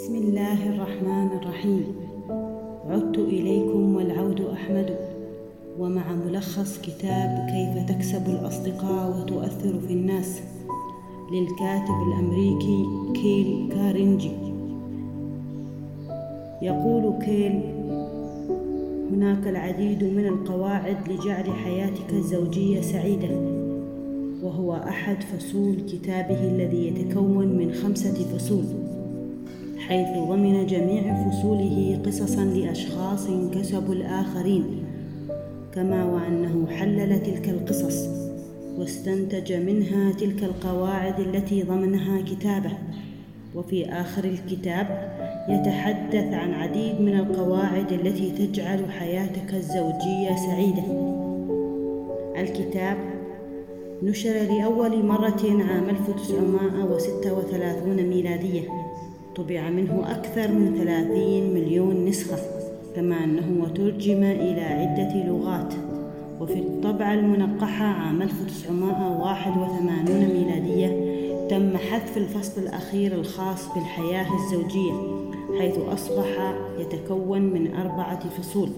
بسم الله الرحمن الرحيم. عدت إليكم والعود أحمد، ومع ملخص كتاب كيف تكسب الأصدقاء وتؤثر في الناس للكاتب الأمريكي كيل كارنيجي. يقول كيل: هناك العديد من القواعد لجعل حياتك الزوجية سعيدة، وهو أحد فصول كتابه الذي يتكون من 5 فصول، حيث ضمن جميع فصوله قصصا لأشخاص كسبوا الآخرين، كما وأنه حلل تلك القصص واستنتج منها تلك القواعد التي ضمنها كتابه. وفي آخر الكتاب يتحدث عن عديد من القواعد التي تجعل حياتك الزوجية سعيدة. الكتاب نشر لأول مرة عام 1936 ميلادية، طبع منه أكثر من 30 مليون نسخة، كما أنه ترجم إلى عدة لغات. وفي الطبعة المنقحة عام 1981 ميلادية تم حذف الفصل الأخير الخاص بالحياة الزوجية، حيث أصبح يتكون من 4 فصول.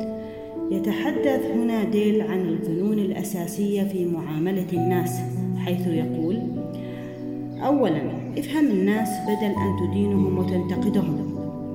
يتحدث هنا ديل عن الفنون الأساسية في معاملة الناس، حيث يقول: أولاً، افهم الناس بدل أن تدينهم وتنتقدهم.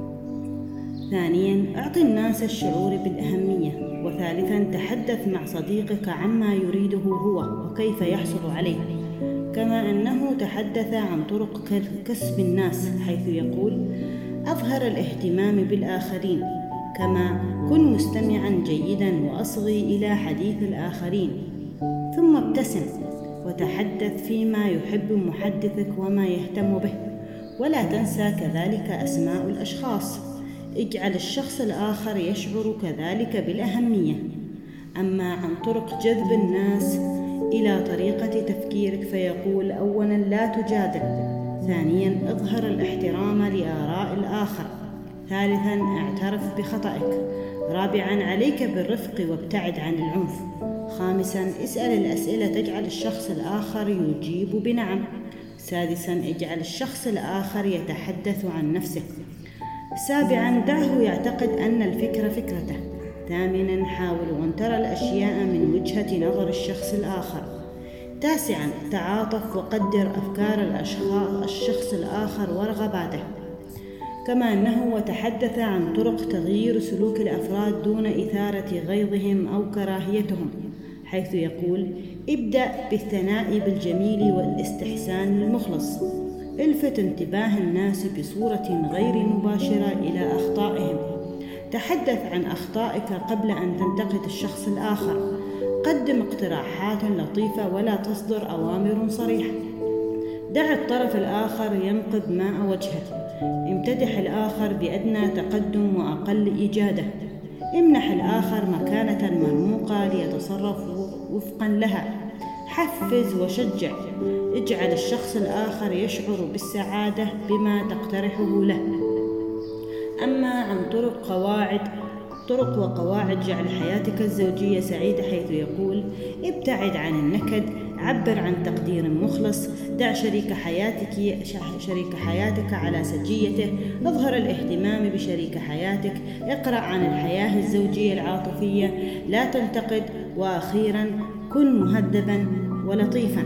ثانياً، أعطي الناس الشعور بالأهمية. وثالثاً، تحدث مع صديقك عما يريده هو وكيف يحصل عليه. كما أنه تحدث عن طرق كسب الناس، حيث يقول: أظهر الاهتمام بالآخرين، كما كن مستمعاً جيداً وأصغي إلى حديث الآخرين، ثم ابتسم وتحدث فيما يحب محدثك وما يهتم به، ولا تنسى كذلك أسماء الأشخاص. اجعل الشخص الآخر يشعر كذلك بالأهمية. أما عن طرق جذب الناس إلى طريقة تفكيرك فيقول: أولاً، لا تجادل. ثانياً، اظهر الاحترام لآراء الآخر. ثالثاً، اعترف بخطئك. رابعاً، عليك بالرفق وابتعد عن العنف. خامساً، اسأل الأسئلة تجعل الشخص الآخر يجيب بنعم. سادساً، اجعل الشخص الآخر يتحدث عن نفسه. سابعاً، دعه يعتقد أن الفكرة فكرته. ثامناً، حاول أن ترى الأشياء من وجهة نظر الشخص الآخر. تاسعاً، تعاطف وقدر أفكار الشخص الآخر ورغباته. كما أنه تحدث عن طرق تغيير سلوك الأفراد دون إثارة غيظهم أو كراهيتهم، حيث يقول: ابدأ بالثناء بالجميل والاستحسان المخلص. الفت انتباه الناس بصورة غير مباشرة إلى أخطائهم. تحدث عن أخطائك قبل أن تنتقد الشخص الآخر. قدم اقتراحات لطيفة ولا تصدر أوامر صريحة. دع الطرف الآخر ينقذ ماء وجهه. امتدح الآخر بأدنى تقدم وأقل إجادة. امنح الآخر مكانة مرموقة ليتصرف وفقا لها. حفز وشجع. اجعل الشخص الآخر يشعر بالسعادة بما تقترحه له. أما عن طرق وقواعد جعل حياتك الزوجية سعيدة، حيث يقول: ابتعد عن النكد. عبر عن تقدير مخلص. دع شريك حياتك على سجيته. اظهر الاهتمام بشريك حياتك. اقرأ عن الحياة الزوجية العاطفية. لا تنتقد. وأخيرا، كن مهذبا ولطيفا.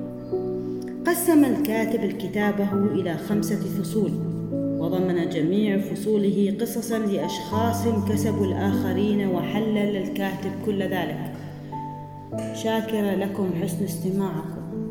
قسم الكاتب كتابه إلى 5 فصول، وضمن جميع فصوله قصصا لأشخاص كسبوا الآخرين، وحلل الكاتب كل ذلك. شاكر لكم حسن استماعكم.